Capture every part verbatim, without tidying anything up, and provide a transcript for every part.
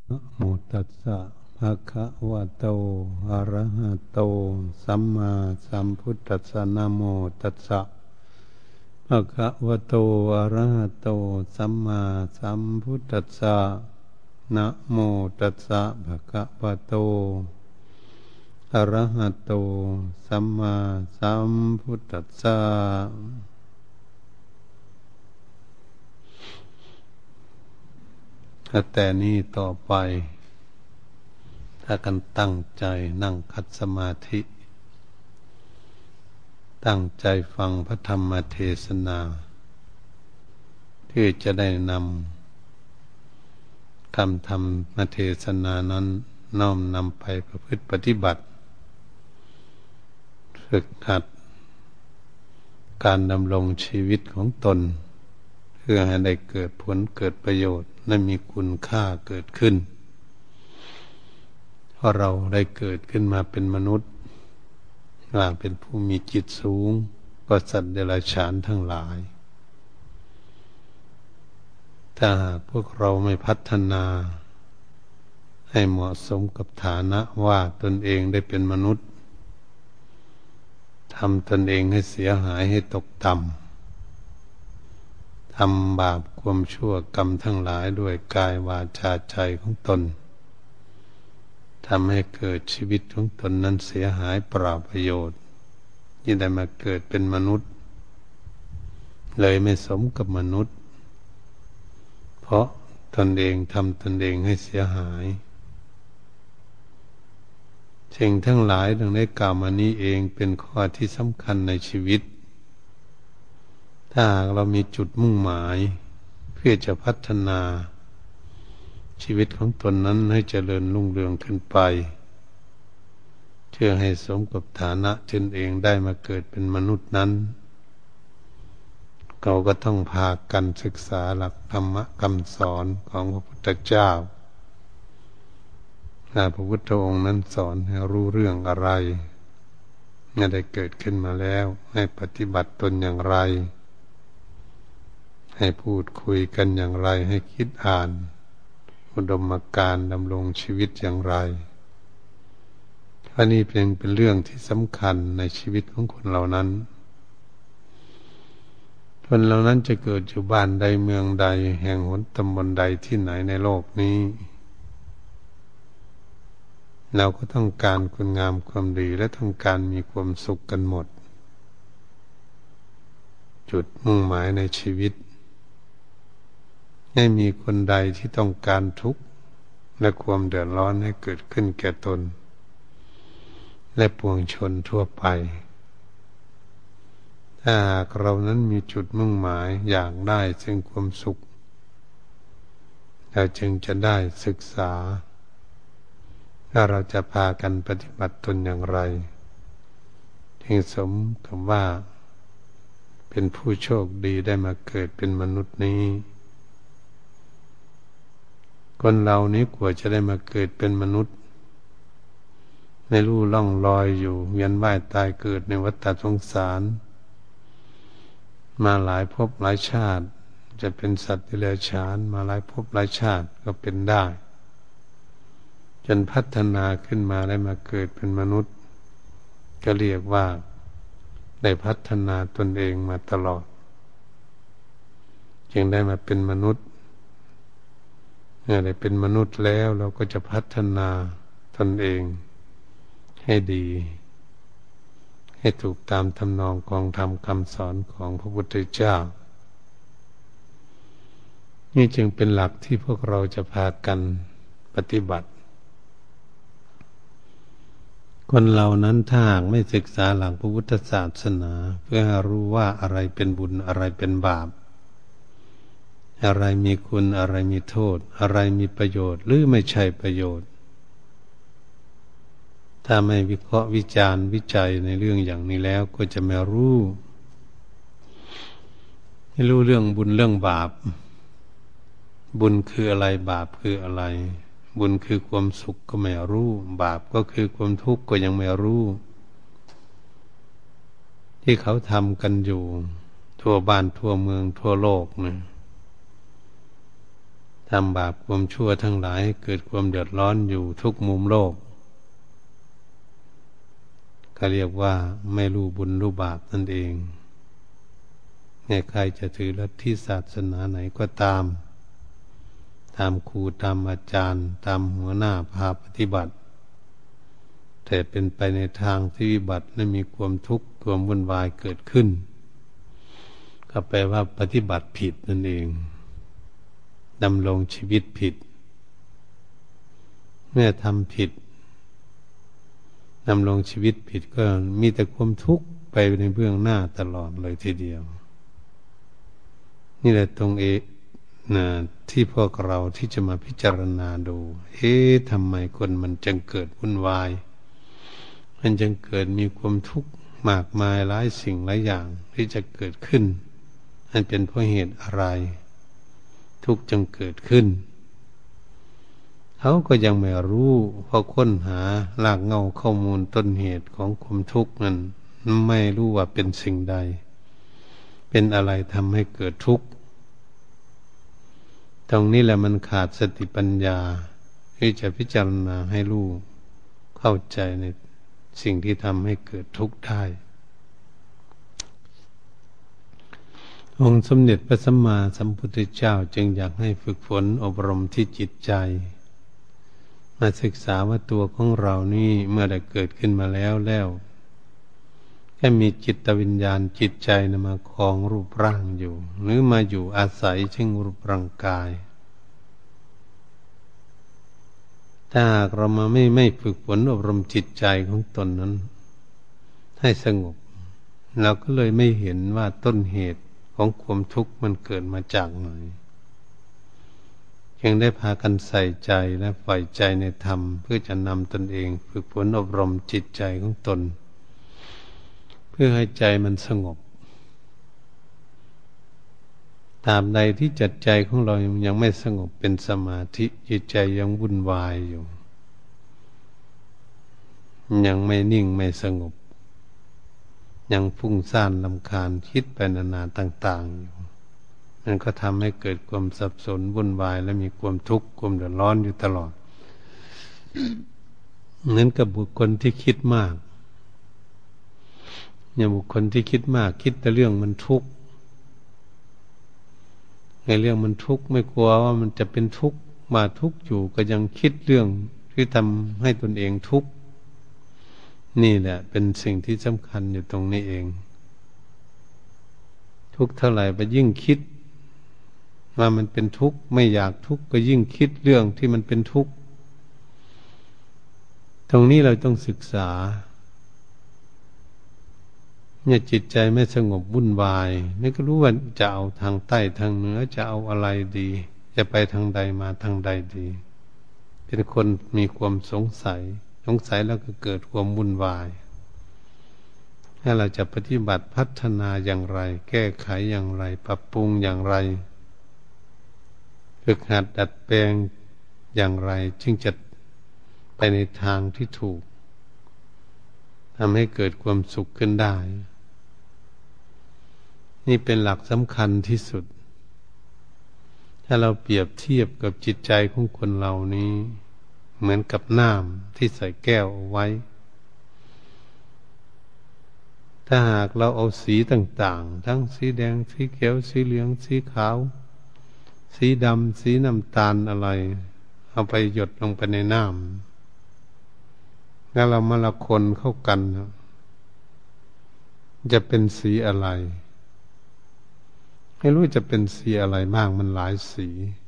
นะโมตัสสะภะคะวะโตอะระหะโตสัมมาสัมพุทธัสสะนะโมตัสสะภะคะวะโตอะระหะโตสัมมาสัมพุทธัสสะนะโมตัสสะภะคะวะโตอะระหะโตสัมมาสัมพุทธัสสะแต่นี้ต่อไปถ้ากันตั้งใจนั่งคัดสมาธิตั้งใจฟังพระธรรมเทศนาที่จะได้นำคำธรรมเทศนานั้นน้อมนำไปประพฤติปฏิบัติฝึกหัดการดำรงชีวิตของตนเพื่อให้ได้เกิดผลเกิดประโยชน์และมีคุณค่าเกิดขึ้นเพราะเราได้เกิดขึ้นมาเป็นมนุษย์ว่าเป็นผู้มีจิตสูงกว่าสัตว์เดรัจฉานทั้งหลายถ้าหากพวกเราไม่พัฒนาให้เหมาะสมกับฐานะว่าตนเองได้เป็นมนุษย์ทำตนเองให้เสียหายให้ตกต่ำทำบาปความชั่วกรรมทั้งหลายด้วยกายวาจาใจของตนทำให้เกิดชีวิตของตนนั้นเสียหายเปล่าประโยชน์ยิ่งได้มาเกิดเป็นมนุษย์เลยไม่สมกับมนุษย์เพราะตนเองทำตนเองให้เสียหายสิ่งทั้งหลายดังได้กล่าวมานี้เองเป็นข้อที่สำคัญในชีวิตถ้าหากเรามีจุดมุ่งหมายเพื่อจะพัฒนาชีวิตของตนนั้นให้เจริญรุ่งเรืองขึ้นไปเพื่อให้สมกับฐานะตนเองได้มาเกิดเป็นมนุษย์นั้นเราก็ต้องพากันศึกษาหลักธรรมคำสอนของพระพุทธเจ้าพระพุทธองค์นั้นสอนให้รู้เรื่องอะไรเมื่อได้เกิดขึ้นมาแล้วให้ปฏิบัติตนอย่างไรให้พูดคุยกันอย่างไรให้คิดอ่านอุดมการณ์ดำรงชีวิตอย่างไรอันนี้เป็นเป็นเรื่องที่สำคัญในชีวิตของคนเหล่านั้นคนเหล่านั้นจะเกิดอยู่บ้านใดเมืองใดแห่งหนตำบลใดที่ไหนในโลกนี้เราก็ต้องการคุณงามความดีและต้องการมีความสุขกันหมดจุดมุ่งหมายในชีวิตไม่มีคนใดที่ต้องการทุกข์และความเดือดร้อนให้เกิดขึ้นแก่ตนและปวงชนทั่วไปถ้าหากเรานั้นมีจุดมุ่งหมายอยากได้ซึ่งความสุขเราจึงจะได้ศึกษาว่าเราจะพากันปฏิบัติตนอย่างไรจึงสมกับว่าเป็นผู้โชคดีได้มาเกิดเป็นมนุษย์นี้คนเรานี้กว่าจะได้มาเกิดเป็นมนุษย์ไม่รู้ล่องลอยอยู่เวียนว่ายตายเกิดในวัฏสงสารมาหลายภพหลายชาติจะเป็นสัตว์เดรัจฉานมาหลายภพหลายชาติก็เป็นได้จนพัฒนาขึ้นมาได้มาเกิดเป็นมนุษย์ก็เรียกว่าได้พัฒนาตนเองมาตลอดจึงได้มาเป็นมนุษย์เมื่อได้เป็นมนุษย์แล้วเราก็จะพัฒนาตนเองให้ดีให้ถูกตามทำนองของธรรมคำสอนของพระพุทธเจ้านี่จึงเป็นหลักที่พวกเราจะพากันปฏิบัติคนเรานั้นถ้าหากไม่ศึกษาหลักพระพุทธศาสนาเพื่อให้รู้ว่าอะไรเป็นบุญอะไรเป็นบาปอะไรมีคุณอะไรมีโทษอะไรมีประโยชน์หรือไม่ใช่ประโยชน์ถ้าไม่วิเคราะห์วิจารณ์วิจัยในเรื่องอย่างนี้แล้วก็จะไม่รู้ไม่รู้เรื่องบุญเรื่องบาปบุญคืออะไรบาปคืออะไรบุญคือความสุขก็ไม่รู้บาปก็คือความทุกข์ก็ยังไม่รู้ที่เขาทำกันอยู่ทั่วบ้านทั่วเมืองทั่วโลกนะทำบาปความชั่วทั้งหลายให้เกิดความเดือดร้อนอยู่ทุกมุมโลกก็เรียกว่าไม่รู้บุญรู้บาปนั่นเองเนี่ยใครจะถือลัทธิศาสนาไหนก็ตามตามครูตามอาจารย์ตามหัวหน้าพาปฏิบัติแต่เป็นไปในทางที่วิบัติและมีความทุกข์ความวุ่นวายเกิดขึ้นก็แปลว่าปฏิบัติผิดนั่นเองดำรงชีวิตผิดเมื่อทำผิดดำรงชีวิตผิดก็มีแต่ความทุกข์ไปในเบื้องหน้าตลอดเลยทีเดียวนี่แหละตรงเอนะที่พวกเราที่จะมาพิจารณาดูเอ๊ะทำไมคนมันจึงเกิดวุ่นวายมันจึงเกิดมีความทุกข์มากมายหลายสิ่งหลายอย่างที่จะเกิดขึ้นมันเป็นเพราะเหตุอะไรทุกข์จึงเกิดขึ้นเขาก็ยังไม่รู้เพราะค้นหารากเหง้าข้อมูลต้นเหตุของความทุกข์นั้นไม่รู้ว่าเป็นสิ่งใดเป็นอะไรทำให้เกิดทุกข์ตรงนี้แหละมันขาดสติปัญญาที่จะพิจารณาให้รู้เข้าใจในสิ่งที่ทำให้เกิดทุกข์ได้องค์สมเด็จพระสัมมาสัมพุทธเจ้าจึงอยากให้ฝึกฝนอบรมที่จิตใจมาศึกษาว่าตัวของเรานี่เมื่อได้เกิดขึ้นมาแล้วแล้วแค่มีจิตวิญญาณจิตใจนะมาครองรูปร่างอยู่หรือมาอยู่อาศัยเช่นรูปร่างกายถ้าหากเรามาไม่ไม่ฝึกฝนอบรมจิตใจของตนนั้นให้สงบเราก็เลยไม่เห็นว่าต้นเหตุของความทุกข์มันเกิดมาจากไหนจึงได้พากันใส่ใจและใฝ่ใจในธรรมเพื่อจะนำตนเองฝึกฝนอบรมจิตใจของตนเพื่อให้ใจมันสงบตราบใดที่จิตใจของเรายังไม่สงบเป็นสมาธิจิตใจยังวุ่นวายอยู่ยังไม่นิ่งไม่สงบยังฟุ้งซ่านรำคาญคิดไปนานาต่างๆอยู่นั่นก็ทำให้เกิดความสับสนวุ่นวายและมีความทุกข์ความเดือดร้อนอยู่ตลอดเหมือนกับบุคคลที่คิดมากอย่างบุคคลที่คิดมากคิดแต่เรื่องมันทุกข์ในเรื่องมันทุกข์ไม่กลัวว่ามันจะเป็นทุกข์มาทุกข์อยู่ก็ยังคิดเรื่องที่ทำให้ตนเองทุกข์นี่แหละเป็นสิ่งที่สำคัญอยู่ตรงนี้เองทุกข์เท่าไหร่ไปยิ่งคิดว่ามันเป็นทุกข์ไม่อยากทุกข์ก็ยิ่งคิดเรื่องที่มันเป็นทุกข์ตรงนี้เราต้องศึกษาเนี่ยจิตใจไม่สงบวุ่นวายนี่ก็รู้ว่าจะเอาทางใต้ทางเหนือจะเอาอะไรดีจะไปทางใดมาทางใดดีเป็นคนมีความสงสัยสงสัยแล้วก็เกิดความวุ่นวายให้เราจะปฏิบัติพัฒนาอย่างไรแก้ไขอย่างไรปรับปรุงอย่างไรฝึกหัดดัดแปลงอย่างไรจึงจะไปในทางที่ถูกทำให้เกิดความสุขขึ้นได้นี่เป็นหลักสำคัญที่สุดถ้าเราเปรียบเทียบกับจิตใจของคนเรานี้เหมือนกับน้ำที่ใส่แก้วเอาไว้ถ้าหากเราเอาสีต่างๆทั้งสีแดงสีเขียวสีเหลืองสีขาวสีดำสีน้ำตาลอะไรเอาไปหยดลงไปในน้ำแล้วเรามาละคนเข้ากันจะเป็นสีอะไรไม่รู้จะเป็นสีอะไรบ้างมันหลายสี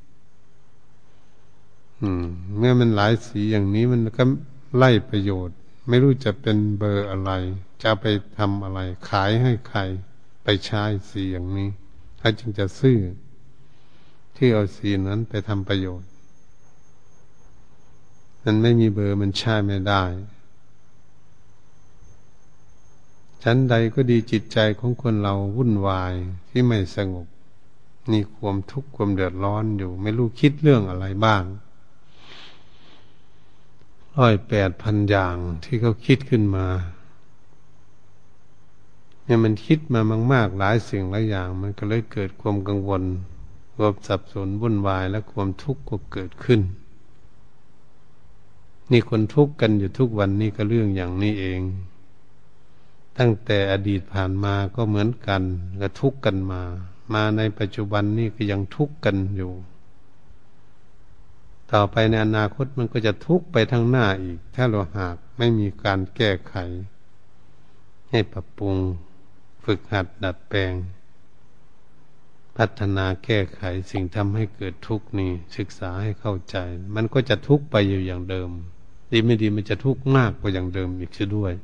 อืมเมื่อมันหลายสีอย่างนี้มันก็ไล่ประโยชน์ไม่รู้จะเป็นเบอร์อะไรจะไปทำอะไรขายให้ใครไปใช้สีอย่างนี้เขาจึงจะซื้อที่เอาสีนั้นไปทำประโยชน์มันไม่มีเบอร์มันใช้ไม่ได้ชั้นใดก็ดีจิตใจของคนเราวุ่นวายที่ไม่สงบมีความทุกข์ความเดือดร้อนอยู่ไม่รู้คิดเรื่องอะไรบ้างร้อยแปดพันอย่างที่เขาคิดขึ้นมาเนี่ยมันคิดมามากๆหลายสิ่งหลายอย่างมันก็เลยเกิดความกังวลความสับสนวุ่นวายและความทุกข์ก็เกิดขึ้นนี่คนทุกข์กันอยู่ทุกวันนี้ก็เรื่องอย่างนี้เองตั้งแต่อดีตผ่านมาก็เหมือนกันก็ทุกข์กันมามาในปัจจุบันนี่ก็ยังทุกข์กันอยู่ต่อไปในอนาคตมันก็จะทุกข์ไปทางหน้าอีกถ้าเราหากไม่มีการแก้ไขให้ปรับปรุงฝึกหัดดัดแปลงพัฒนาแก้ไขสิ่งทำให้เกิดทุกข์นี้ศึกษาให้เข้าใจมันก็จะทุกข์ไปอยู่อย่างเดิมดีไม่ดีมันจะทุกข์มากกว่าอย่างเดิมอีกเสียด้วย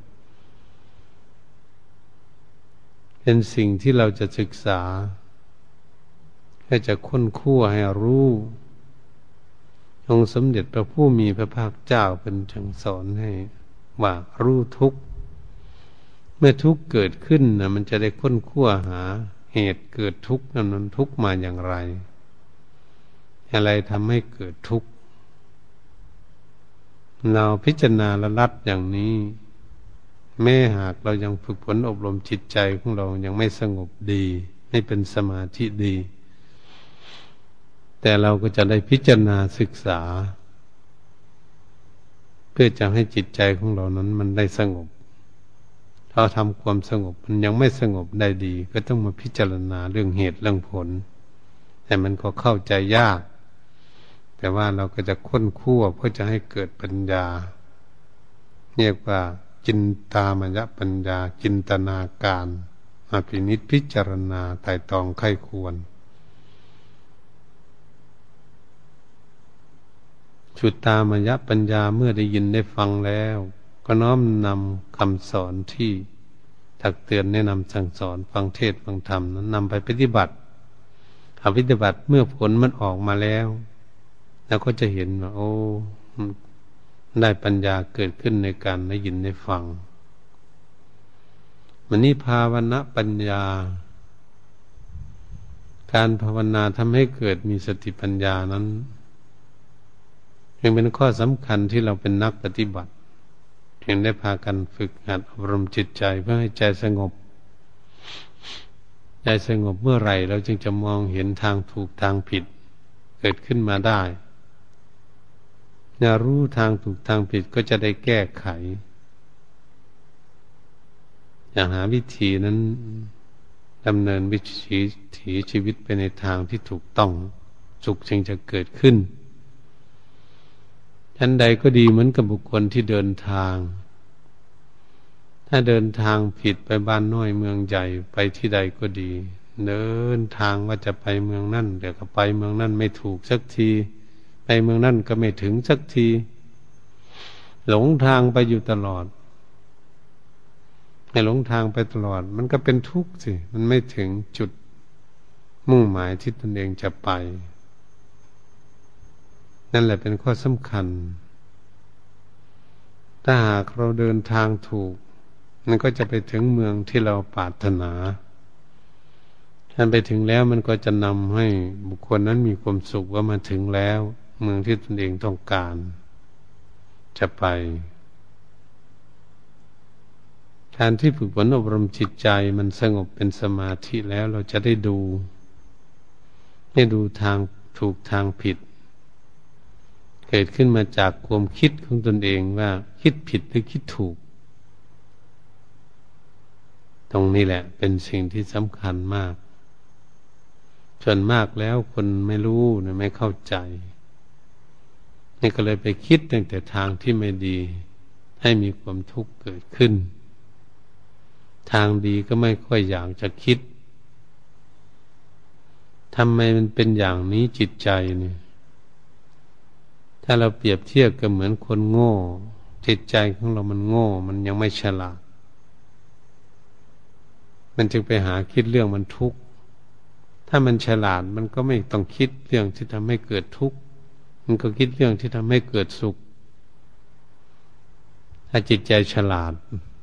เป็นสิ่งที่เราจะศึกษาให้จะค้นคว้าให้รู้องค์สมเด็จพระผู้มีพระภาคเจ้าเป็นจังสอนให้ว่ารู้ทุกข์เมื่อทุกข์เกิดขึ้นนะมันจะได้ค้นคว้าหาเหตุเกิดทุกข์นั้นมันทุกข์มาอย่างไรอะไรทำให้เกิดทุกข์เราพิจารณาละลัดอย่างนี้แม้หากเรายังฝึกฝนอบรมจิตใจของเรายังไม่สงบดีไม่เป็นสมาธิดีแต่เราก็จะได้พิจารณาศึกษาเพื่อจะให้จิตใจของเรานั้นมันได้สงบถ้าทำความสงบมันยังไม่สงบได้ดีก็ต้องมาพิจารณาเรื่องเหตุเรื่องผลแต่มันก็เข้าใจยากแต่ว่าเราก็จะค้นคว้าเพื่อจะให้เกิดปัญญาเรียกว่าจินตามยปัญญาจินตนาการมาพินิจพิจารณาไตร่ตรองไข้ควรสุตตามยปัญญาเมื่อได้ยินได้ฟังแล้วก็น้อมนำคำสอนที่ตักเตือนแนะนำสั่งสอนฟังเทศน์ฟังธรรมนั้นนำไปปฏิบัติเอาปฏิบัติเมื่อผลมันออกมาแล้วแล้วก็จะเห็นว่าโอ้ได้ปัญญาเกิดขึ้นในการได้ยินได้ฟังมันนี่ภาวนาปัญญาการภาวนาทำให้เกิดมีสติปัญญานั้นยังเป็นข้อสำคัญที่เราเป็นนักปฏิบัติจึงได้พากันฝึกหัดอบรมจิตใจเพื่อให้ใจสงบใจสงบเมื่อไหร่เราจึงจะมองเห็นทางถูกทางผิดเกิดขึ้นมาได้ถ้ารู้ทางถูกทางผิดก็จะได้แก้ไขอย่าหาวิธีนั้นดำเนินวิถีถีชีวิตไปในทางที่ถูกต้องสุขจึงจะเกิดขึ้นชั้นใดก็ดีเหมือนกับบุคคลที่เดินทางถ้าเดินทางผิดไปบ้านน้อยเมืองใหญ่ไปที่ใดก็ดีเดินทางว่าจะไปเมืองนั่นแต่ก็ไปเมืองนั่นไม่ถูกสักทีไปเมืองนั่นก็ไม่ถึงสักทีหลงทางไปอยู่ตลอดให้หลงทางไปตลอดมันก็เป็นทุกข์สิมันไม่ถึงจุดมุ่งหมายที่ตนเองจะไปนั่นแหละเป็นข้อสำคัญถ้าหากเราเดินทางถูกมันก็จะไปถึงเมืองที่เราปรารถนาท่านไปถึงแล้วมันก็จะนำให้บุคคลนั้นมีความสุขว่ามาถึงแล้วเมืองที่ตนเองต้องการจะไปการที่ฝึกฝนอบรมจิตใจมันสงบเป็นสมาธิแล้วเราจะได้ดูให้ดูทางถูกทางผิดเกิดขึ้นมาจากความคิดของตนเองว่าคิดผิดหรือคิดถูกตรงนี้แหละเป็นสิ่งที่สำคัญมากส่วนมากแล้วคนไม่รู้นะไม่เข้าใจนี่ก็เลยไปคิดตั้งแต่ทางที่ไม่ดีให้มีความทุกข์เกิดขึ้นทางดีก็ไม่ค่อยอยากจะคิดทำไมมันเป็นอย่างนี้จิตใจนี่ถ้าเราเปรียบเทียบกับเหมือนคนโง่จิตใจของเรามันโง่มันยังไม่ฉลาดมันจึงไปหาคิดเรื่องมันทุกข์ถ้ามันฉลาดมันก็ไม่ต้องคิดเรื่องที่ทำให้เกิดทุกข์มันก็คิดเรื่องที่ทำให้เกิดสุขถ้าจิตใจฉลาด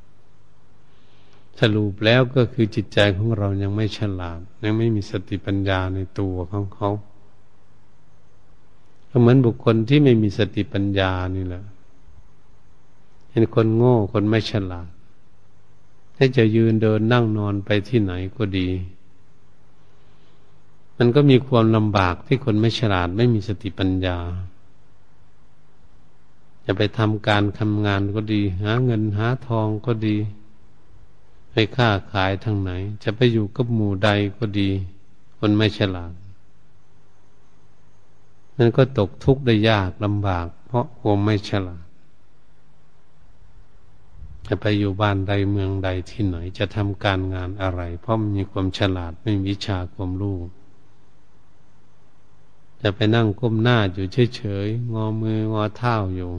สรุปแล้วก็คือจิตใจของเรายังไม่ฉลาดยังไม่มีสติปัญญาในตัวของเขาก็เหมือนบุคคลที่ไม่มีสติปัญญานี่แหละเห็นคนโง่คนไม่ฉลาดให้จะยืนเดินนั่งนอนไปที่ไหนก็ดีมันก็มีความลำบากที่คนไม่ฉลาดไม่มีสติปัญญาจะไปทำการทำงานก็ดีหาเงินหาทองก็ดีไปค้าขายทางไหนจะไปอยู่กับหมู่ใดก็ดีคนไม่ฉลาดมันก็ตกทุกข์ได้ยากลำบากเพราะความไม่ฉลาดจะไปอยู่บ้านใดเมืองใดที่ไหนจะทำการงานอะไรเพราะมันมีความฉลาดไม่มีวิชาความรู้จะไปนั่งก้มหน้าอยู่เฉยๆงอมืองอเท้าอยู่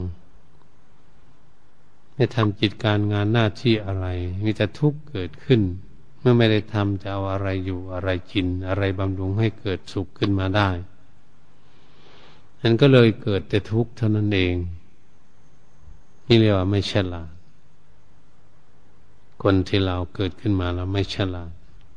ไม่ทำกิจการงานหน้าที่อะไรมีแต่ทุกข์เกิดขึ้นเมื่อไม่ได้ทำจะเอาอะไรอยู่อะไรกินอะไรบำรุงให้เกิดสุขขึ้นมาได้นั้นก็เลยเกิดแต่ทุกข์เท่านั้นเองนี่เรียกว่าไม่ฉลาดคนที่เราเกิดขึ้นมาแล้วไม่ฉลาด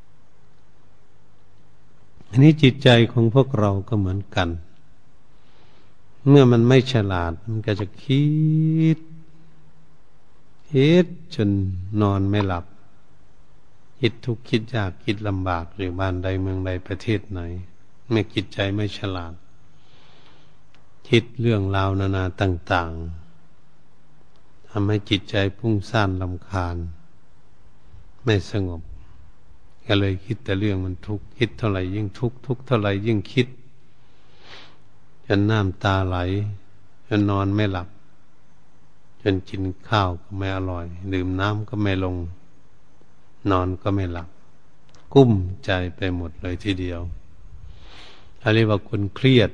อันนี้จิตใจของพวกเราก็เหมือนกันเมื่อมันไม่ฉลาดมันก็จะคิดคิดจนนอนไม่หลับคิดทุกข์คิดยากคิดลำบากอยู่บ้านใดเมืองใดประเทศไหนเมื่อจิตใจไม่ฉลาดคิดเรื่องราวนานาต่างๆทำให้จิตใจพุ่งซ่านรำคาญไม่สงบก็เลยคิดแต่เรื่องมันทุกข์คิดเท่าไหร่ยิ่งทุกข์ทุกข์เท่าไหร่ยิ่งคิดจนน้ำตาไหลจนนอนไม่หลับจนกินข้าวก็ไม่อร่อยดื่มน้ำก็ไม่ลงนอนก็ไม่หลับกุ้มใจไปหมดเลยทีเดียวเขาเรียกว่าคนเครียด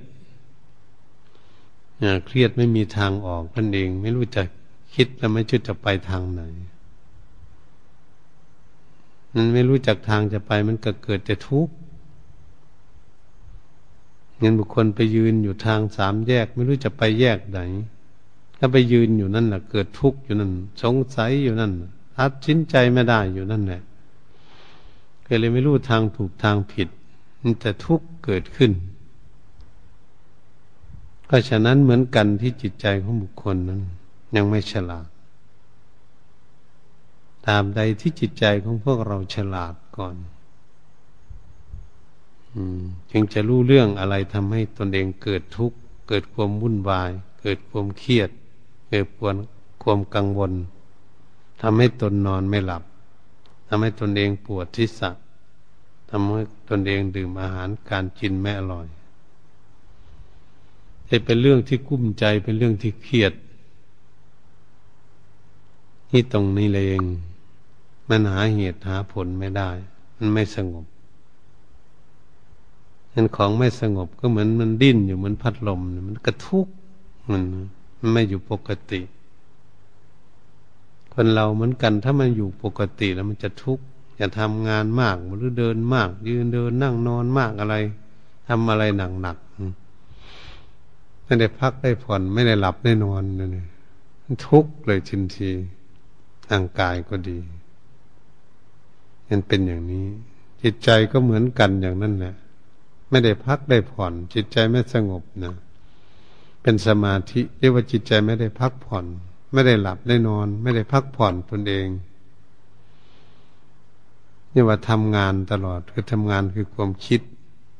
เครียดไม่มีทางออกนั่นเองไม่รู้จะคิดแล้วไม่รู้จะไปทางไหนมันไม่รู้จักทางจะไปมันก็เกิดแต่ทุกข์เงินบุคคลไปยืนอยู่ทางสามแยกไม่รู้จะไปแยกไหนถ้าไปยืนอยู่นั่นแหละเกิดทุกข์อยู่นั่นสงสัยอยู่นั่นตัดสินใจไม่ได้อยู่นั่นแหละก็เลยไม่รู้ทางถูกทางผิดมันแต่ทุกข์เกิดขึ้นก็ฉะนั้นเหมือนกันที่จิตใจของบุคคลนั้นยังไม่ฉลาดตามใดที่จิตใจของพวกเราฉลาดก่อนอืมจึงจะรู้เรื่องอะไรทำให้ตนเองเกิดทุกข์เกิดความวุ่นวายเกิดความเครียดเกิดความความกังวลทำให้ตนนอนไม่หลับทำให้ตนเองปวดศีรษะทำให้ตนเองดื่มอาหารการกินไม่อร่อยนี่เป็นเรื่องที่กุ้มใจเป็นเรื่องที่เครียดนี่ตรงนี้เลยเองมันหาเหตุหาผลไม่ได้มันไม่สงบนั่นของไม่สงบก็เหมือนมันดิ้นอยู่เหมือนพัดลมมันกระทุกมันมันไม่อยู่ปกติคนเราเหมือนกันถ้ามันอยู่ปกติแล้วมันจะทุกข์จะทำงานมากหรือเดินมากยืนเดินนั่งนอนมากอะไรทำอะไรหนักๆไม่ได้พักได้ผ่อนไม่ได้หลับได้นอนเลยทุกข์เลยทันทีร่างกายก็ดีมันเป็นอย่างนี้จิตใจก็เหมือนกันอย่างนั้นแหละไม่ได้พักได้ผ่อนจิตใจไม่สงบนะเป็นสมาธิเรียกว่าจิตใจไม่ได้พักผ่อนไม่ได้หลับได้นอนไม่ได้พักผ่อนตนเองนี่ว่าทำงานตลอดคือทำงานคือความคิด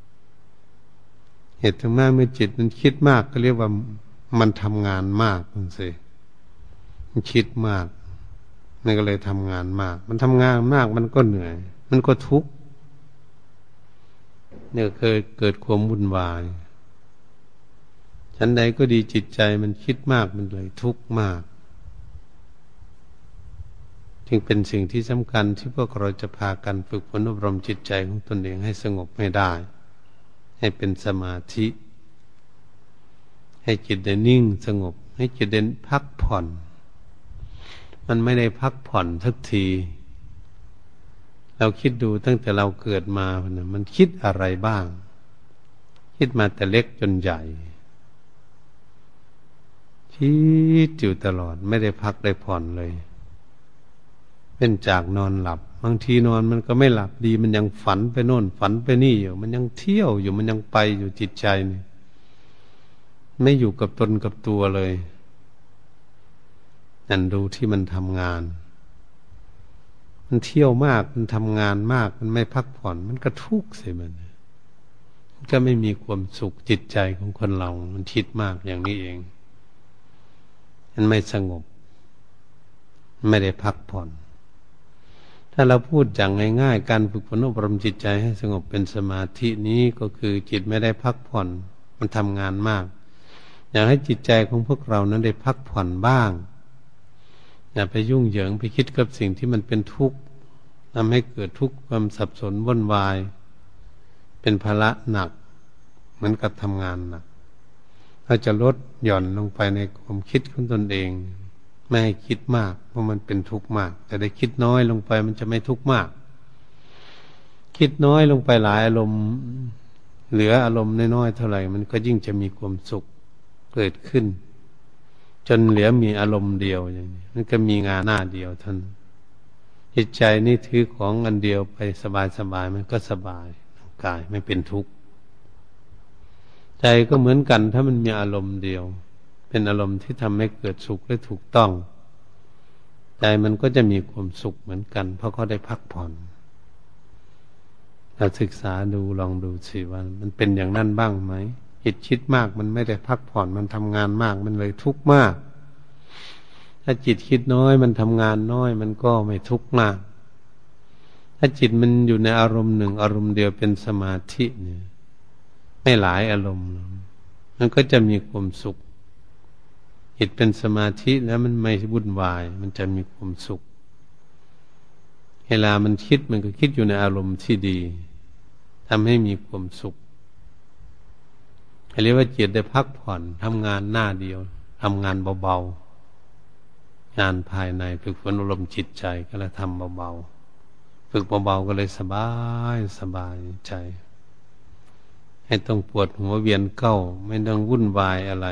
เหตุถึงแม้เมื่อจิตมันคิดมากก็เรียกว่ามันทำงานมากนั่นสิมันคิดมากมันก็เลยทำงานมากมันทำงานมากมันก็เหนื่อยมันก็ทุกข์เนี่ยเคยเกิดความวุ่นวายชั้นใดก็ดีจิตใจมันคิดมากมันเลยทุกข์มากจึงเป็นสิ่งที่สำคัญที่พวกเราจะพากันฝึกฝนอบรมจิตใจของตนเองให้สงบให้ได้ให้เป็นสมาธิให้จิตได้นิ่งสงบให้จิตได้พักผ่อนมันไม่ได้พักผ่อนสักทีเราคิดดูตั้งแต่เราเกิดมาเนี่ยมันคิดอะไรบ้างคิดมาแต่เล็กจนใหญ่คิดอยู่ตลอดไม่ได้พักได้ผ่อนเลยเป็นจากนอนหลับบางทีนอนมันก็ไม่หลับดีมันยังฝันไปโน่นฝันไปนี่อยู่มันยังเที่ยวอยู่มันยังไปอยู่จิตใจนี่ไม่อยู่กับตนกับตัวเลยนั่นดูที่มันทำงานมันเที่ยวมากมันทำงานมากมันไม่พักผ่อนมันก็ทุกข์สิมันก็ไม่มีความสุขจิตใจของคนเรามันคิดมากอย่างนี้เองมันไม่สงบไม่ได้พักผ่อนถ้าเราพูดอย่างง่ายๆการฝึกฝนอบรมจิตใจให้สงบเป็นสมาธินี้ก็คือจิตไม่ได้พักผ่อนมันทำงานมากอยากให้จิตใจของพวกเรานั้นได้พักผ่อนบ้างอย่าไปยุ่งเหยิงไปคิดกับสิ่งที่มันเป็นทุกข์ทำให้เกิดทุกข์ความสับสนวุ่นวายเป็นภาระหนักเหมือนกับทำงานหนักเราจะลดหย่อนลงไปในความคิดของตนเองไม่ให้คิดมากเพราะมันเป็นทุกข์มากแต่ได้คิดน้อยลงไปมันจะไม่ทุกข์มากคิดน้อยลงไปหลายอารมณ์เหลืออารมณ์น้อยๆเท่าไหร่มันก็ยิ่งจะมีความสุขเกิดขึ้นจนเหลือมีอารมณ์เดียวอย่างนี้มันก็มีงานหน้าเดียวท่านจิตใจนี่ถือของอันเดียวไปสบายๆมันก็สบายกายไม่เป็นทุกข์ใจก็เหมือนกันถ้ามันมีอารมณ์เดียวเป็นอารมณ์ที่ทำให้เกิดสุขและถูกต้องใจมันก็จะมีความสุขเหมือนกันเพราะเขาได้พักผ่อนเราศึกษาดูลองดูสิว่ามันเป็นอย่างนั้นบ้างไหมจิตคิดมากมันไม่ได้พักผ่อนมันทำงานมากมันเลยทุกข์มากถ้าจิตคิดน้อยมันทำงานน้อยมันก็ไม่ทุกข์มากถ้าจิตมันอยู่ในอารมณ์หนึ่งอารมณ์เดียวเป็นสมาธิเนี่ยไม่หลายอารมณ์มันก็จะมีความสุขจิตเป็นสมาธิแล้วมันไม่วุ่นวายมันจะมีความสุขเวลามันคิดมันก็คิดอยู่ในอารมณ์ที่ดีทำให้มีความสุขเรียกว่าจิตได้พักผ่อนทำงานหน้าเดียวทำงานเบาๆงานภายในฝึกฝนอารมณ์จิตใจก็เลยทำเบาๆฝึกเบาๆก็เลยสบายสบายใจให้ต้องปวดหัวเวียนเก้าไม่ต้องวุ่นวายอะไร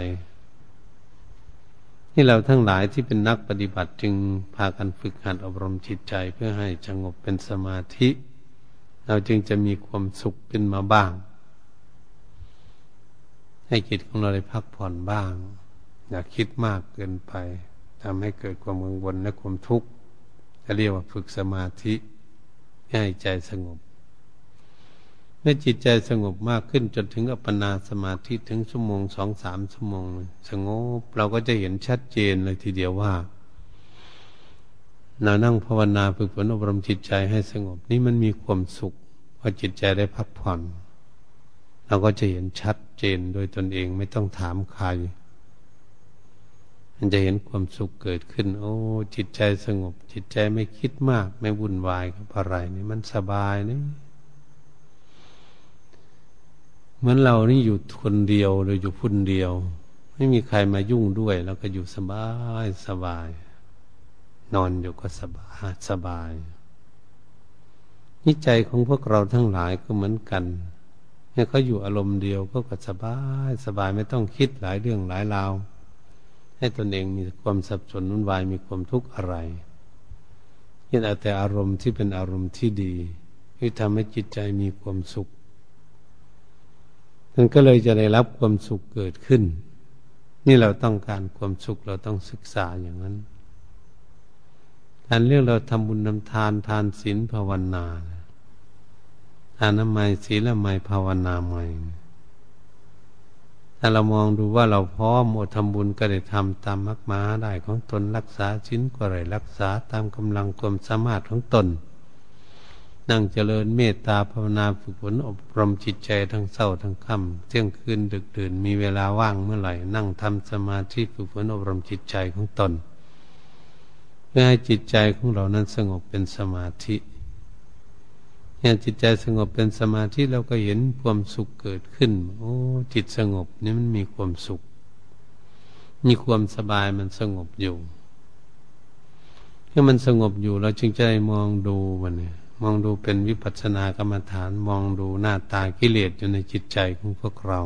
นี่เราทั้งหลายที่เป็นนักปฏิบัติจึงพากันฝึกหัดอบรมจิตใจเพื่อให้สงบเป็นสมาธิเราจึงจะมีความสุขขึ้นมาบ้างให้จิตของเราได้พักผ่อนบ้างอย่าคิดมากเกินไปทำให้เกิดความกังวลและความทุกข์จะเรียกว่าฝึกสมาธิให้ใจสงบเมื่อจิตใจสงบมากขึ้นจนถึงอัปปนาสมาธิถึงชั่วโมงสองสามชั่วโมงสงบเราก็จะเห็นชัดเจนเลยทีเดียวว่าเรานั่งภาวนาฝึกฝนอบรมจิตใจให้สงบนี่มันมีความสุขพอจิตใจได้พักผ่อนเราก็จะเห็นชัดเจนโดยตนเองไม่ต้องถามใครมันจะเห็นความสุขเกิดขึ้นโอ้จิตใจสงบจิตใจไม่คิดมากไม่วุ่นวายกับอะไรนี่มันสบายนี่เหมือนเรานี่อยู่คนเดียวหรืออยู่พุ่นเดียวไม่มีใครมายุ่งด้วยแล้วก็อยู่สบายสบายนอนอยู่ก็สบายสบายนิจใจของพวกเราทั้งหลายก็เหมือนกันเนี่ยเขาอยู่อารมณ์เดียวก็ก็สบายสบายไม่ต้องคิดหลายเรื่องหลายราวให้ตนเองมีความสับสนวุ่นวายมีความทุกข์อะไรยิ่งเอาแต่อารมณ์ที่เป็นอารมณ์ที่ดีที่ทำให้จิตใจมีความสุขมันก็เลยจะได้รับความสุขเกิดขึ้นนี่เราต้องการความสุขเราต้องศึกษาอย่างนั้นการเรื่องเราทำบุญทำทานทานศีลภาวนาทานไมศีลไมภาวนาไมถ้าเรามองดูว่าเราพร้อมอดทำบุญก็ได้ทำตามมรรคมาได้ของตนรักษาศีลก็ได้รักษาตามกำลังความสามารถของตนนั่งเจริญเมตตาภาวนาฝึกฝนอบรมจิตใจทั้งเช้าทั้งค่ำเที่ยงคืนดึกดื่นมีเวลาว่างเมื่อไหร่นั่งทำสมาธิฝึกฝนอบรมจิตใจของตนเพื่อให้จิตใจของเรานั้นสงบเป็นสมาธิเมื่อจิตใจสงบเป็นสมาธิเราก็เห็นความสุขเกิดขึ้นโอ้จิตสงบนี่มันมีความสุขมีความสบายมันสงบอยู่เมื่อมันสงบอยู่เราจึงจะได้มองดูมันเนี่ยมองดูเป็นวิปัสสนากรรมฐานมองดูหน้าตากิเลสอยู่ในจิตใจของพวกเรา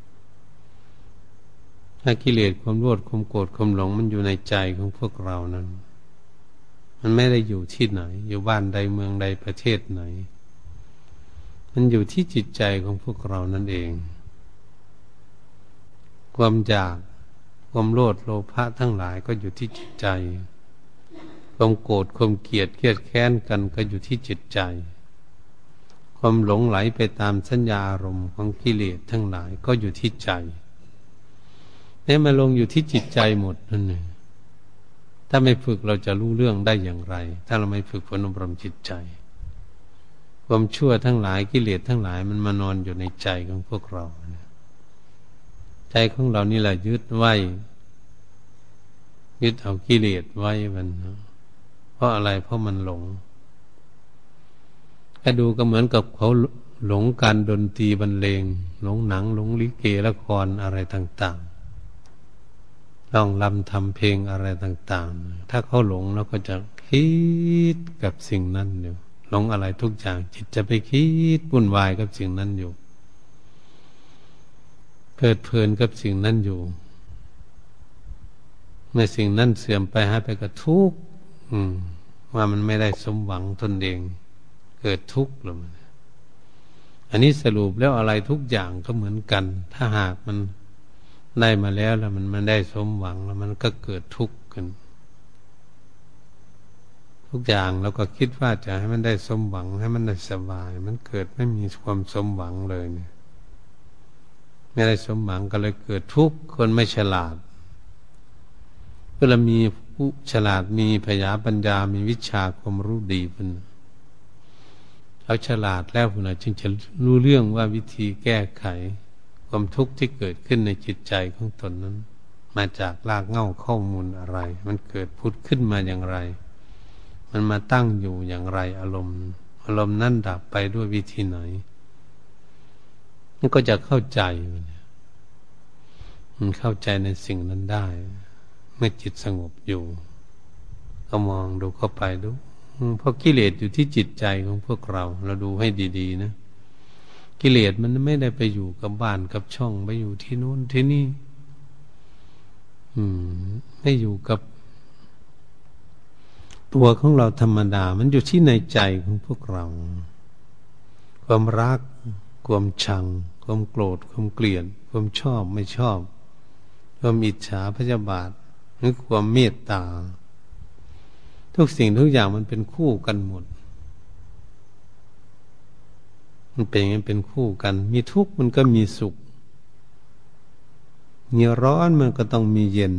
ถ้ากิเลสความโลภความโกรธความหลงมันอยู่ในใจของพวกเรานั้นมันไม่ได้อยู่ที่ไหนอยู่บ้านใดเมืองใดประเทศไหนมันอยู่ที่จิตใจของพวกเรานั่นเองความอยากความโลภโลภะทั้งหลายก็อยู่ที่จิตใจความโกรธความเกลียดเครียดแค้นกันก็อยู่ที่จิตใจความหลงไหลไปตามสัญญาอารมณ์ของกิเลสทั้งหลายก็อยู่ที่ใจเนี่ยมาลงอยู่ที่จิตใจหมดนั่นเองถ้าไม่ฝึกเราจะรู้เรื่องได้อย่างไรถ้าเราไม่ฝึกฝนอบรมจิตใจความชั่วทั้งหลายกิเลสทั้งหลายมันมานอนอยู่ในใจของพวกเราใจของเรานี่แหละยึดไว้ยึดเอากิเลสไว้มันเพราะอะไรเพราะมันหลงถ้าดูก็เหมือนกับเขาหลงการดนตรีบรรเลงหลงหนังหลงลิเกละครอะไรต่างๆร้องรำทำเพลงอะไรต่างๆถ้าเขาหลงแล้วก็จะคิดกับสิ่งนั้นอยู่หลงอะไรทุกอย่างจิตจะไปคิดวุ่นวายกับสิ่งนั้นอยู่เพลิดเพลินกับสิ่งนั้นอยู่เมื่อสิ่งนั้นเสื่อมไปหายไปก็ทุกข์ว่ามันไม่ได้สมหวังตนเองเกิดทุกข์หรือมันอันนี้สรุปแล้วอะไรทุกอย่างก็เหมือนกันถ้าหากมันได้มาแล้วแล้วมันมันได้สมหวังแล้วมันก็เกิดทุกข์กันทุกอย่างเราก็คิดว่าจะให้มันได้สมหวังให้มันได้สบายมันเกิดไม่มีความสมหวังเลยเนี่ยไม่ได้สมหวังก็เลยเกิดทุกข์คนไม่ฉลาดเมื่อเรามีผู้ฉลาดมีปัญญาปัญญามีวิชาความรู้ดีพุ่นเขาฉลาดแล้วพุ่นจึงจะรู้เรื่องว่าวิธีแก้ไขความทุกข์ที่เกิดขึ้นในจิตใจของตนนั้นมาจากรากเหง้าข้อมูลอะไรมันเกิดพุทธขึ้นมาอย่างไรมันมาตั้งอยู่อย่างไรอารมณ์อารมณ์นั้นดับไปด้วยวิธีไหนมันก็จะเข้าใจมันเข้าใจในสิ่งนั้นได้เมื่อจิตสงบอยู่ก็มองดูเข้าไปดูเพราะกิเลสอยู่ที่จิตใจของพวกเราเราดูให้ดีๆนะกิเลสมันไม่ได้ไปอยู่กับบ้านกับช่องไปอยู่ที่นู้นที่นี่อืมไม่อยู่กับตัวของเราธรรมดามันอยู่ที่ในใจของพวกเราความรักความชังความโกรธความเกลียดความชอบไม่ชอบความอิจฉาพยาบาทหรือความเมตตาทุกสิ่งทุกอย่างมันเป็นคู่กันหมดมันเป็นอย่างนี้เป็นคู่กันมีทุกข์มันก็มีสุขมีร้อนมันก็ต้องมีเย็น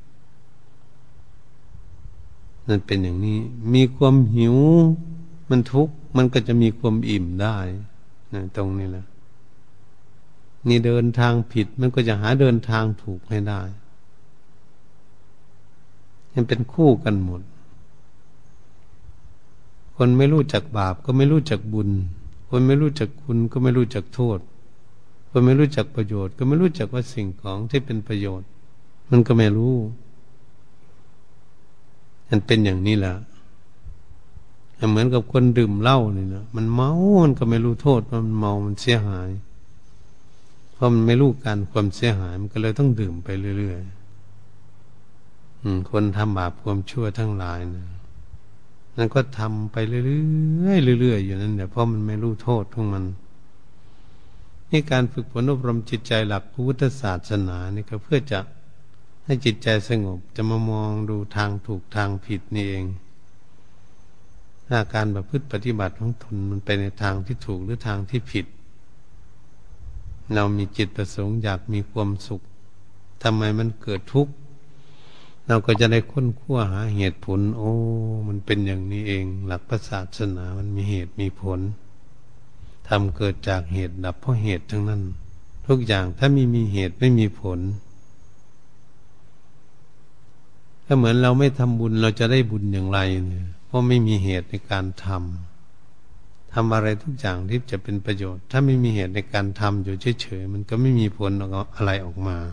นั่นเป็นอย่างนี้มีความหิวมันทุกข์มันก็จะมีความอิ่มได้นะตรงนี้แหละนี่เดินทางผิดมันก็จะหาเดินทางถูกให้ได้มันเป็นคู่กันหมดคนไม่รู้จักบาปก็ไม่รู้จักบุญคนไม่รู้จักคุณก็ไม่รู้จักโทษคนไม่รู้จักประโยชน์ก็ไม่รู้จักว่าสิ่งของที่เป็นประโยชน์มันก็ไม่รู้มันเป็นอย่างนี้แหละเหมือนกับคนดื่มเหล้านี่นะมันเมามันก็ไม่รู้โทษมันเมามันเสียหายเพราะมันไม่รู้การความเสียหายมันก็เลยต้องดื่มไปเรื่อยๆคนทำบาปความชั่วทั้งหลายนะนั่นก็ทำไปเรื่อยๆเรื่อยๆอยู่นั่นแหละเพราะมันไม่รู้โทษของมันนี่การฝึกฝนอบรมจิตใจหลักพุทธศาสนานี่ก็เพื่อจะให้จิตใจสงบจะมามองดูทางถูกทางผิดนี่เองถ้าการประพฤติปฏิบัติของตนมันไปในทางที่ถูกหรือทางที่ผิดเรามีจิตประสงค์อยากมีความสุขทำไมมันเกิดทุกข์เราก็จะได้ค้นคว้าหาเหตุผลโอ้มันเป็นอย่างนี้เองหลักพระศาสนามันมีเหตุมีผลทำเกิดจากเหตุดับเพราะเหตุทั้งนั้นทุกอย่างถ้าไม่มีเหตุไม่มีผลถ้าเหมือนเราไม่ทำบุญเราจะได้บุญอย่างไรเนี่ยเพราะไม่มีเหตุในการทำทำอะไรทุกอย่างที่จะเป็นประโยชน์ถ้าไม่มีเหตุในการทำอยู่เฉยๆมันก็ไม่มีผลอะไรออกมา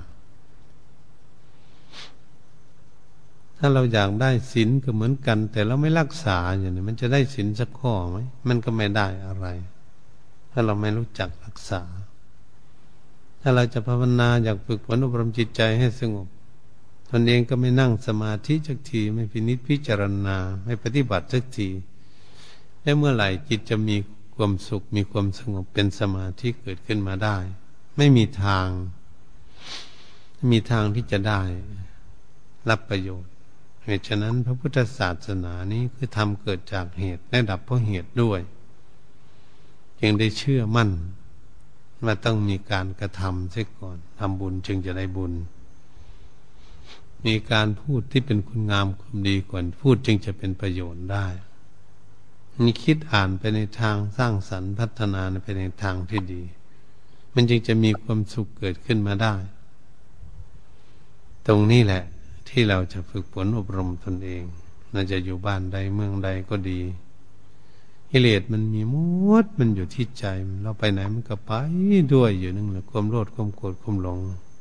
ถ้าเราอยากได้ศีลก็เหมือนกันแต่เราไม่รักษาอย่างนี้มันจะได้ศีลสักข้อไหมมันก็ไม่ได้อะไรถ้าเราไม่รู้จักรักษาถ้าเราจะภาวนาอยากฝึกฝนอบรมจิตใจให้สงบตนเองก็ไม่นั่งสมาธิสักทีไม่พินิจพิจารณาไม่ปฏิบัติสักทีแล้วเมื่อไหร่จิตจะมีความสุขมีความสงบเป็นสมาธิเกิดขึ้นมาได้ไม่มีทางไม่มีทางที่จะได้รับประโยชน์เหตุฉะนั้นพระพุทธศาสนานี้คือทำเกิดจากเหตุและดับเพราะเหตุด้วยจึงได้เชื่อมั่นว่าต้องมีการกระทำเสียก่อนทำบุญจึงจะได้บุญมีการพูดที่เป็นคุณงามความดีก่อนพูดจึงจะเป็นประโยชน์ได้มีคิดอ่านไปในทางสร้างสรรค์พัฒนาไปในทางที่ดีมันจึงจะมีความสุขเกิดขึ้นมาได้ตรงนี้แหละที่เราจะฝึกฝนอบรมตนเองเราจะอยู่บ้านใดเมืองใดก็ดีกิเลสมันมีมดมันอยู่ที่ใจเราไปไหนมันก็ไปด้วยอยู่นั่นแหละความโลภความโกรธความหลง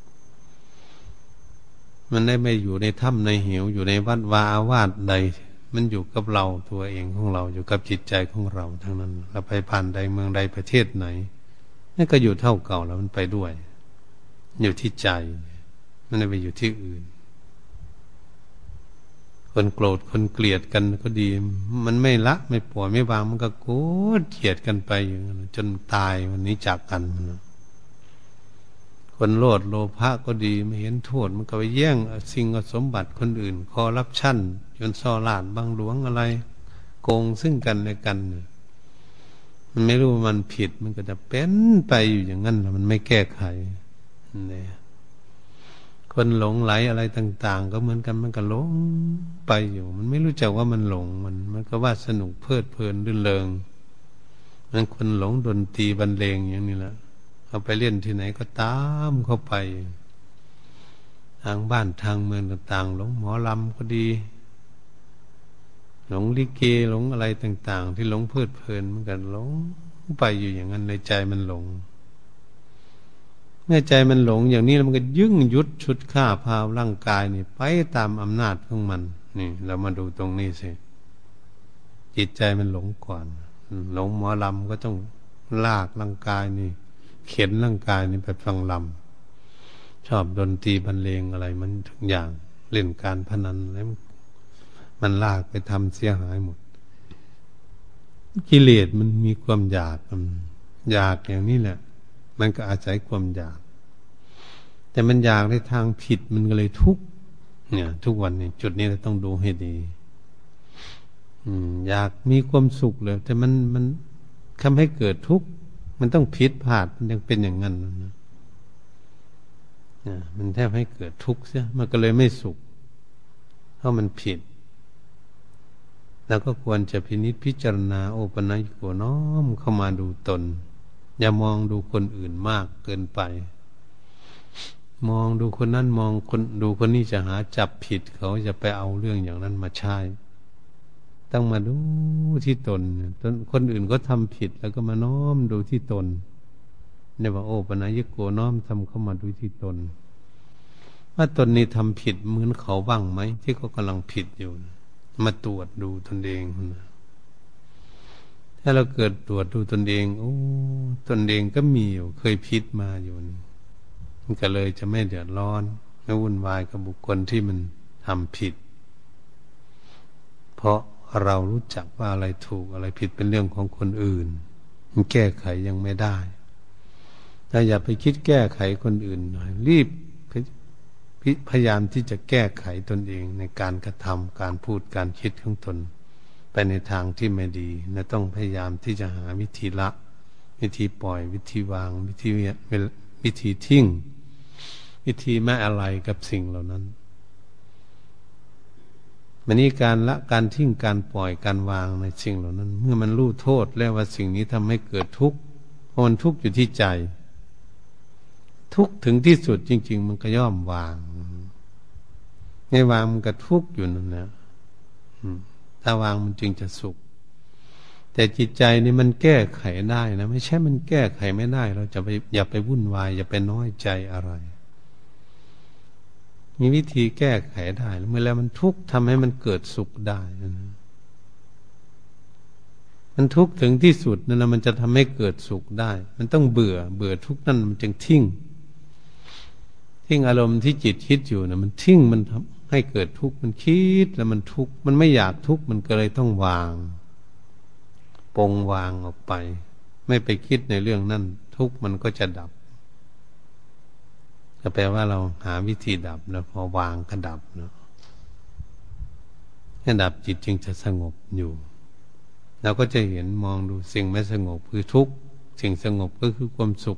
มันได้ไม่อยู่ในถ้ำในเหวอยู่ในวัดวาอาวาสใดมันอยู่กับเราตัวเองของเราอยู่กับจิตใจของเราทั้งนั้นเราไปผ่านใดเมืองใดประเทศไหนนั่นก็อยู่เท่าเก่าแล้วมันไปด้วยอยู่ที่ใจมันไม่ไปอยู่ที่อื่นคนโกรธคนเกลียดกันก็ดีมันไม่ละไม่ปล่อยไม่วางมันก็โกรธเกลียดกันไปอยู่จนตายวันนี้จากกันคนโลภโลภะก็ดีไม่เห็นโทษมันก็ไปแย่งสิ่งสมบัติคนอื่นคอร์รัปชันจนซ่อลาดบังหลวงอะไรโกงซึ่งกันและกันมันไม่รู้มันผิดมันก็จะเป็นไปอยู่อย่างนั้นมันไม่แก้ไขเนี่ยคนหลงไหลอะไรต่างๆก็เหมือนกันมันก็หลงไปอยู่มันไม่รู้จักว่ามันหลงมันมันก็ว่าสนุกเพลิดเพลินรื่นเริงมันคนหลงดนตรีบรรเลงอย่างนี้แหละเอาไปเล่นที่ไหนก็ตามเข้าไปทางบ้านทางเมืองต่างๆหลงหมอลำก็ดีหลงลิเกหลงอะไรต่างๆที่หลงเพลิดเพลินมันก็หลงไปอยู่อย่างนั้นในใจมันหลงเมื่อใจมันหลงอย่างนี้แล้วมันก็ยึ่งยุดชุดฆ่าพาร่างกายนี่ไปตามอำนาจของมันนี่เรามาดูตรงนี้สิจิตใจมันหลงก่อนหลงหมอลำก็ต้องลากร่างกายนี่เข็นร่างกายนี่ไปฟังลำชอบดนตรีบรรเลงอะไรมันทุกอย่างเล่นการพนันอะไรมันลากไปทำเสียหายหมดกิเลสมันมีความอยากอยากอย่างนี้แหละมันก็อาศัยความอยากแต่มันอยากในทางผิดมันก็เลยทุกข์เนี่ยทุกวันนี้จุดนี้เราต้องดูให้ดีอืมอยากมีความสุขเลยแต่มันมันทำให้เกิดทุกข์มันต้องผิดพลาดมันยังเป็นอย่างนั้นนะมันแทบให้เกิดทุกข์เสียมันก็เลยไม่สุขเพราะมันผิดแล้วก็ควรจะพินิจพิจารณาโอปัญญิโกน้อมเข้ามาดูตนอย่ามองดูคนอื่นมากเกินไปมองดูคนนั้นมองคนดูคนนี้จะหาจับผิดเขาจะไปเอาเรื่องอย่างนั้นมาใช้ต้องมาดูที่ตนตนคนอื่นก็ทำผิดแล้วก็มาน้อมดูที่ตนเนี่ยว่าโอปัญญิโกน้อมทำเข้ามาดูที่ตนว่าตนนี้ทำผิดเหมือนเขาบ้างไหมที่เขากำลังผิดอยู่มาตรวจดูตนเองถ้าเราเกิดตรวจดูตนเองโอ้ตนเองก็มีอยู่เคยผิดมาอยู่มันก็เลยจะไม่เดือดร้อนไม่วุ่นวายกับบุคคลที่มันทำผิดเพราะเรารู้จักว่าอะไรถูกอะไรผิดเป็นเรื่องของคนอื่นมันแก้ไขยังไม่ได้ถ้าอย่าไปคิดแก้ไขคนอื่นหน่อยรีบพยายามที่จะแก้ไขตนเองในการกระทำการพูดการคิดของตนไปในทางที่ไม่ดีนะต้องพยายามที่จะหาวิธีละวิธีปล่อยวิธีวางวิธีวิธีทิ้งวิธีไม่อะไรกับสิ่งเหล่านั้นมันนี่การละการทิ้งการปล่อยการวางในสิ่งเหล่านั้นเมื่อมันรู้โทษแล้วว่าสิ่งนี้ทำให้เกิดทุกข์เพราะมันทุกข์อยู่ที่ใจทุกข์ถึงที่สุดจริงๆมันก็ย่อมวางไม่วางมันก็ทุกข์อยู่นั่นแหละถ้าวางมันจึงจะสุขแต่จิตใจนี่มันแก้ไขได้นะไม่ใช่มันแก้ไขไม่ได้เราจะไปอย่าไปวุ่นวายอย่าไปน้อยใจอะไรมีวิธีแก้ไขได้เมื่อแล้วมันทุกข์ทำให้มันเกิดสุขได้นะมันทุกข์ถึงที่สุดนั่นนะมันจะทำให้เกิดสุขได้มันต้องเบื่อเบื่อทุกข์นั่นมันจึงทิ้งทิ้งอารมณ์ที่จิตคิดอยู่นะมันทิ้งมันทำให้เกิดทุกข์มันคิดแล้วมันทุกข์มันไม่อยากทุกข์มันก็เลยต้องวางปลงวางออกไปไม่ไปคิดในเรื่องนั้นทุกข์มันก็จะดับก็แปลว่าเราหาวิธีดับแล้วพอวางก็ดับเนาะให้ดับจิตจึงจะสงบอยู่เราก็จะเห็นมองดูสิ่งไม่สงบคือทุกข์สิ่งสงบก็คือความสุข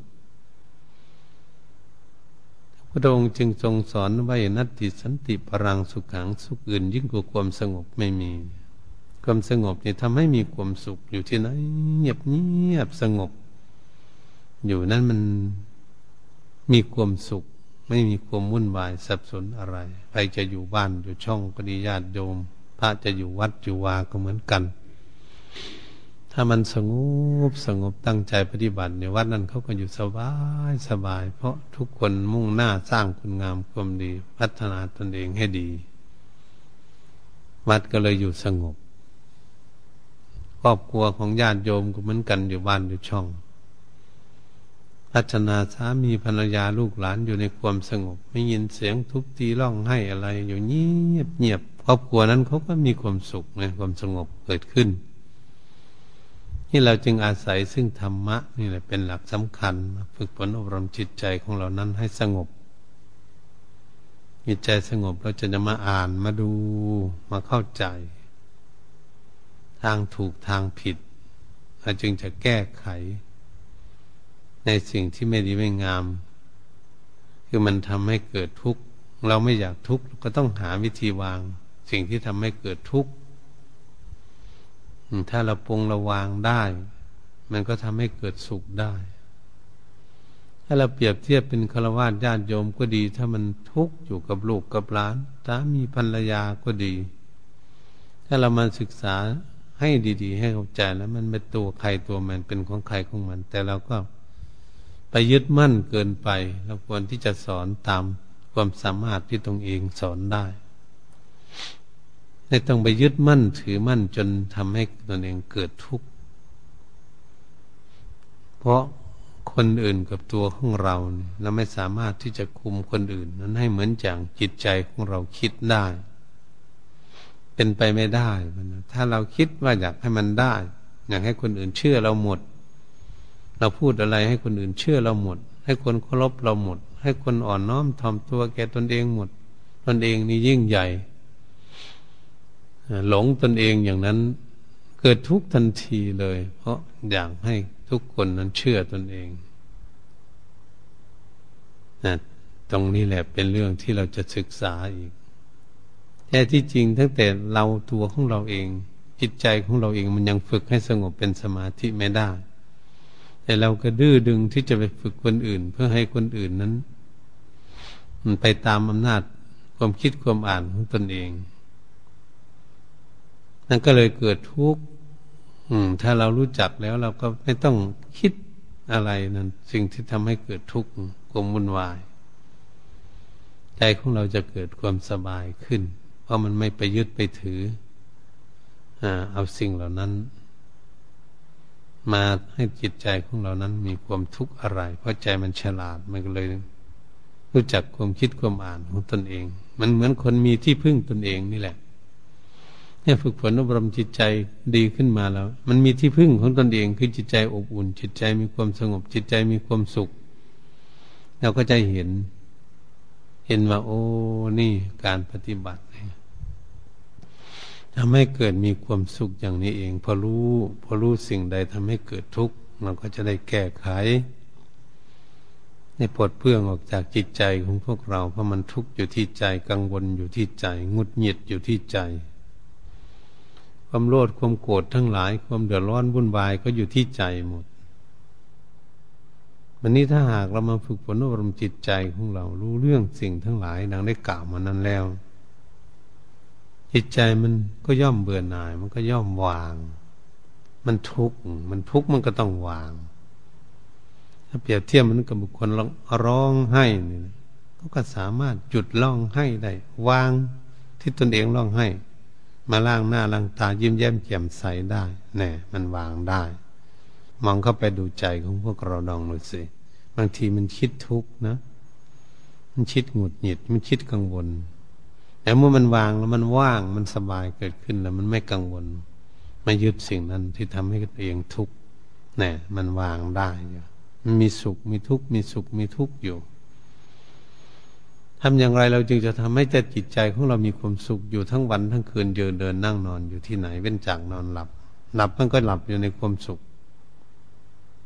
พระองค์จึงทรงสอนไว้นัตติสันติปรังสุขังสุขอื่นยิ่งกว่าความสงบไม่มีความสงบนี่ทำให้มีความสุขอยู่ที่ไหนเงียบเงียบสงบอยู่นั้นมันมีความสุขไม่มีความวุ่นวายสับสนอะไรใครจะอยู่บ้านอยู่ช่องก็ดีญาติโยมพระจะอยู่วัดอยู่วาก็เหมือนกันถ้ามันสงบสงบตั้งใจปฏิบัติในวัดนั้นเขาก็อยู่สบายสบายเพราะทุกคนมุ่งหน้าสร้างคุณงามความดีพัฒนาตนเองให้ดีวัดก็เลยอยู่สงบครอบครัวของญาติโยมก็เหมือนกันอยู่บ้านอยู่ช่องพัฒนาสามีภรรยาลูกหลานอยู่ในความสงบไม่ยินเสียงทุบตีร้องไห้อะไรอยู่เงียบเงียบครอบครัวนั้นเขาก็มีความสุขในความสงบเกิดขึ้นนี่เราจึงอาศัยซึ่งธรรมะนี่แหละเป็นหลักสำคัญฝึกฝนอบรมจิตใจของเรานั้นให้สงบจิตใจสงบเราจะมาอ่านมาดูมาเข้าใจทางถูกทางผิดเราจึงจะแก้ไขในสิ่งที่ไม่ดีไม่งามคือมันทำให้เกิดทุกข์เราไม่อยากทุกข์ก็ต้องหาวิธีวางสิ่งที่ทำให้เกิดทุกข์ถ้าเราปรงระวางได้มันก็ทำให้เกิดสุขได้ถ้าเราเปรียบเทียบเป็นฆราวาสญาติโยมก็ดีถ้ามันทุกข์อยู่กับลูกกับหลานสามีภรรยาก็ดีถ้าเรามาศึกษาให้ดีๆให้เข้าใจแล้วมันเป็นตัวใครตัวมันเป็นของใครของมันแต่เราก็ไปยึดมั่นเกินไปเราควรที่จะสอนตามความสามารถที่ตนเองสอนได้ไม่ต้องไปยึดมั่นถือมั่นจนทำให้ตนเองเกิดทุกข์เพราะคนอื่นกับตัวของเราเราไม่สามารถที่จะคุมคนอื่นนั้นให้เหมือนอย่างจิตใจของเราคิดได้เป็นไปไม่ได้ถ้าเราคิดว่าอยากให้มันได้อยากให้คนอื่นเชื่อเราหมดเราพูดอะไรให้คนอื่นเชื่อเราหมดให้คนเคารพเราหมดให้คนอ่อนน้อมถ่อมตัวแก่ตนเองหมดตนเองนี่ยิ่งใหญ่หลงตนเองอย่างนั้นเกิดทุกข์ทันทีเลยเพราะอยากให้ทุกคนนั้นเชื่อตนเองนะตรงนี้แหละเป็นเรื่องที่เราจะศึกษาอีกแต่ที่จริงตั้งแต่เราตัวของเราเองจิตใจของเราเองมันยังฝึกให้สงบเป็นสมาธิไม่ได้แต่เราก็ดื้อดึงที่จะไปฝึกคนอื่นเพื่อให้คนอื่นนั้นมันไปตามอำนาจความคิดความอ่านของตนเองนั่นก็เลยเกิดทุกข์ถ้าเรารู้จักแล้วเราก็ไม่ต้องคิดอะไรนั่นสิ่งที่ทำให้เกิดทุกข์ความวุ่นวายใจของเราจะเกิดความสบายขึ้นเพราะมันไม่ไปยึดไปถือเอาสิ่งเหล่านั้นมาให้จิตใจของเรานั้นมีความทุกข์อะไรเพราะใจมันฉลาดมันก็เลยรู้จักความคิดความอ่านของตนเองมันเหมือนคนมีที่พึ่งตนเองนี่แหละเนี่ยฝึกฝนอบรมจิตใจดีขึ้นมาแล้วมันมีที่พึ่งของตนเองคือจิตใจอบอุ่นจิตใจมีความสงบจิตใจมีความสุขเราก็จะเห็นเห็นว่าโอ้นี่การปฏิบัติทำให้เกิดมีความสุขอย่างนี้เองพอรู้พอรู้สิ่งใดทำให้เกิดทุกข์เราก็จะได้แก้ไขในปลดเปลื้องออกจากจิตใจของพวกเราเพราะมันทุกข์อยู่ที่ใจกังวลอยู่ที่ใจงุดหงิดอยู่ที่ใจความโลภความโกรธทั้งหลายความเดือดร้อนวุ่นวายก็อยู่ที่ใจหมดวันนี้ถ้าหากเรามาฝึกฝนอบรมจิตใจของเรารู้เรื่องสิ่งทั้งหลายดังได้กล่าวมานั้นแล้วจิตใจมันก็ย่อมเบื่อหน่ายมันก็ย่อมวางมันทุกข์มันทุกข์มันก็ต้องวางถ้าเปรียบเทียบมันกับบุคคลร้องไห้นี่เขาก็สามารถหยุดร้องไห้ได้วางที่ตนเองร้องไห้มาล้างหน้าล้างตายิ้มแย้มแจ่มใสได้แน่มันวางได้มองเข้าไปดูใจของพวกเราลองดูสิบางทีมันคิดทุกข์นะมันคิดหงุดหงิดมันคิดกังวลแต่เมื่อมันวางแล้วมันว่างมันสบายเกิดขึ้นแล้วมันไม่กังวลไม่ยึดสิ่งนั้นที่ทำให้ตัวเองทุกข์แน่มันวางได้อยู่มันมีสุขมีทุกข์มีสุขมีทุกข์อยู่ทำอย่างไรเราจึงจะทำให้จิตใจของเรามีความสุขอยู่ทั้งวันทั้งคืนเดินเดินนั่งนอนอยู่ที่ไหนเว้นจากนอนหลับหลับมันก็หลับอยู่ในความสุข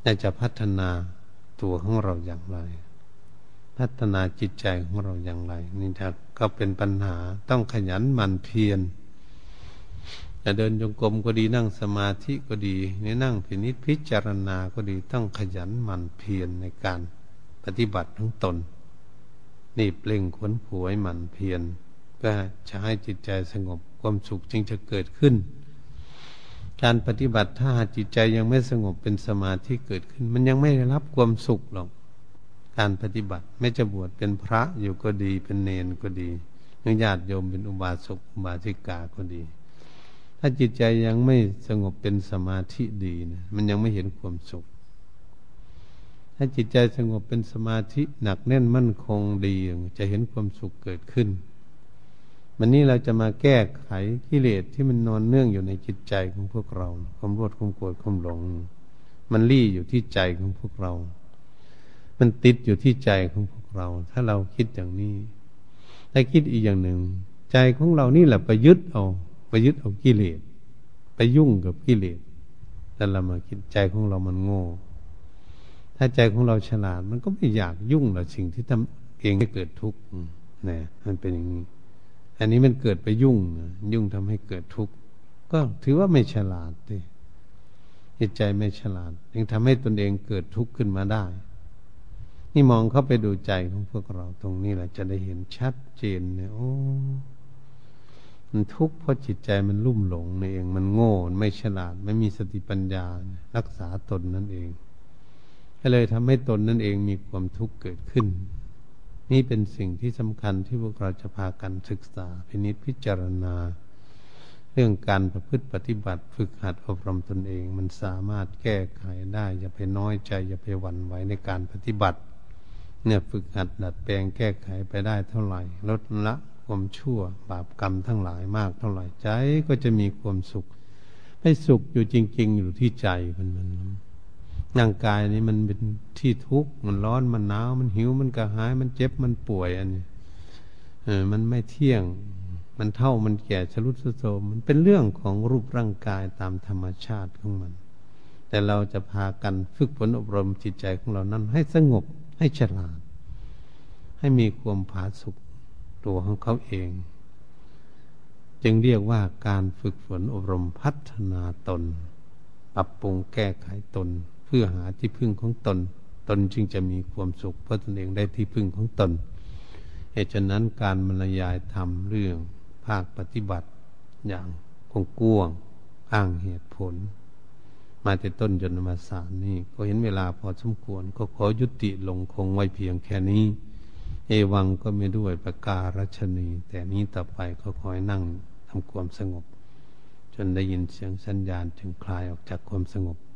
น่าจะพัฒนาตัวของเราอย่างไรพัฒนาจิตใจของเราอย่างไรนี่ถ้าก็เป็นปัญหาต้องขยันหมั่นเพียรจะเดินจงกรมก็ดีนั่งสมาธิก็ดีนี่นั่งพินิจพิจารณาก็ดีต้องขยันหมั่นเพียรในการปฏิบัติของตนนี่เปล่งขวนขวยหมั่นเพียรเพื่อจะให้จิตใจสงบความสุขจึงจะเกิดขึ้นการปฏิบัติถ้าจิตใจยังไม่สงบเป็นสมาธิเกิดขึ้นมันยังไม่ได้รับความสุขหรอกการปฏิบัติไม่จะบวชเป็นพระอยู่ก็ดีเป็นเณรก็ดีหรือญาติโยมเป็นอุบาสกอุบาสิกาก็ดีถ้าจิตใจยังไม่สงบเป็นสมาธิดีนะมันยังไม่เห็นความสุขถ้าจิตใจสงบเป็นสมาธิหนักแน่นมั่นคงดีจะเห็นความสุขเกิดขึ้นวันนี้เราจะมาแก้ไขกิเลสที่มันนอนเนื่องอยู่ในจิตใจของพวกเราความโลภความโกรธความหลงมันลี่อยู่ที่ใจของพวกเรามันติดอยู่ที่ใจของพวกเราถ้าเราคิดอย่างนี้ถ้าคิดอีกอย่างหนึ่งใจของเรานี่แหละไปยึดเอาไปยึดเอากิเลสไปยุ่งกับกิเลสแต่เรามาคิดใจของเรามันโง่ถ้าใจของเราฉลาดมันก็ไม่อยากยุ่งกับสิ่งที่ทำเองให้เกิดทุกข์นะมันเป็นอย่างนี้อันนี้มันเกิดไปยุ่งยุ่งทำให้เกิดทุกข์ก็ถือว่าไม่ฉลาดดิจิตใจไม่ฉลาดยังทำให้ตนเองเกิดทุกข์ขึ้นมาได้นี่มองเข้าไปดูใจของพวกเราตรงนี้แหละจะได้เห็นชัดเจนเนี่ยโอ้มันทุกข์เพราะจิตใจมันลุ่มหลงนี่เองมันโง่ไม่ฉลาดไม่มีสติปัญญารักษาตนนั่นเองก็เลยทำให้ตนนั่นเองมีความทุกข์เกิดขึ้นนี่เป็นสิ่งที่สำคัญที่พวกเราจะพากันศึกษาพินิจพิจารณาเรื่องการประพฤติปฏิบัติฝึกหัดอบรมตนเองมันสามารถแก้ไขได้อย่าไปน้อยใจอย่าไปหวั่นไหวในการปฏิบัติเนี่ยฝึกหัดดัดแปลงแก้ไขไปได้เท่าไหร่ลดละความชั่วบาปกรรมทั้งหลายมากเท่าไหร่ใจก็จะมีความสุขให้สุขอยู่จริงๆอยู่ที่ใจมันมันร่างกายนี้มันเป็นที่ทุกข์มันร้อนมันหนาวมันหิวมันกระหายมันเจ็บมันป่วยอันนี้เออมันไม่เที่ยงมันเท่ามันแก่ชรุดทรุดโทรมมันเป็นเรื่องของรูปร่างกายตามธรรมชาติของมันแต่เราจะพากันฝึกฝนอบรมจิตใจของเรานั้นให้สงบให้ฉลาดให้มีความผาสุกตัวของเขาเองจึงเรียกว่าการฝึกฝนอบรมพัฒนาตนปรับปรุงแก้ไขตนเพื่อหาที่พึ่งของตนตนจึงจะมีความสุขเพราะตนเองได้ที่พึ่งของตนเหตุฉะนั้นการบรรยายธรรมเรื่องภาคปฏิบัติอย่างกว้างอ้างเหตุผลมาแต่ต้นจนมาสารนี่ก็เห็นเวลาพอสมควรก็ขอยุติลงคงไว้เพียงแค่นี้เอวังก็ไม่ด้วยประการฉนีแต่นี้ต่อไปก็ขอให้นั่งทำความสงบจนได้ยินเสียงสัญญาณจึงคลายออกจากความสงบ